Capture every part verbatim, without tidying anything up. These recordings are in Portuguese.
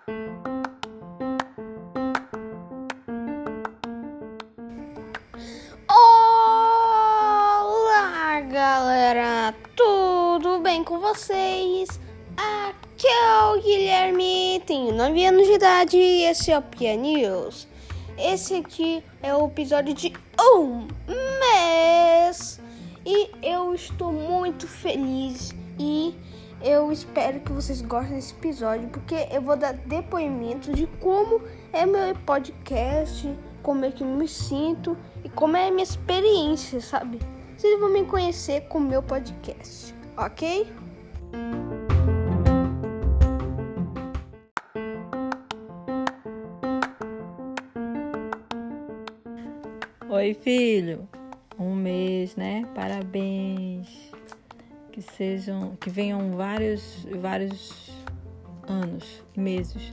Olá, galera! Tudo bem com vocês? Aqui é o Guilherme, tenho nove anos de idade e esse é o Pia News. Esse aqui é o episódio de um mês e eu estou muito feliz e eu espero que vocês gostem desse episódio, porque eu vou dar depoimento de como é meu podcast, como é que eu me sinto e como é a minha experiência, sabe? Vocês vão me conhecer com o meu podcast, ok? Oi, filho. Um mês, né? Parabéns. Que sejam, que venham vários, vários anos, meses.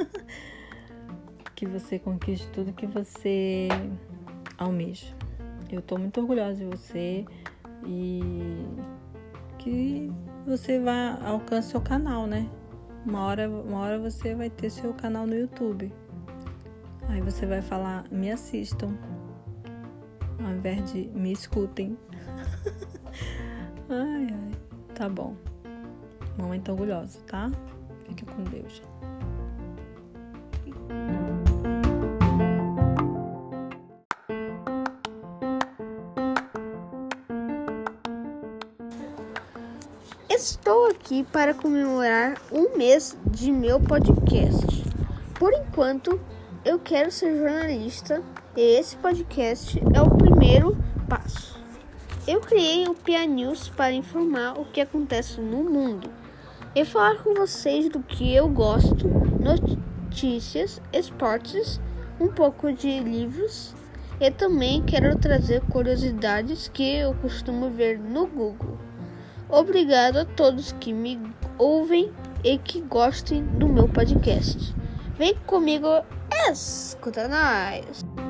Que você conquiste tudo que você almeja. Eu tô muito orgulhosa de você e que você vá alcançar seu canal, né? Uma hora, uma hora você vai ter seu canal no YouTube. Aí você vai falar, me assistam, ao invés de me escutem. Ai, ai, tá bom. Mamãe tá orgulhosa, tá? Fique com Deus. Estou aqui para comemorar um mês de meu podcast. Por enquanto, eu quero ser jornalista e esse podcast é o primeiro passo. Eu criei o Pia News para informar o que acontece no mundo e falar com vocês do que eu gosto, notícias, esportes, um pouco de livros e também quero trazer curiosidades que eu costumo ver no Google. Obrigado a todos que me ouvem e que gostem do meu podcast. Vem comigo, escuta nós!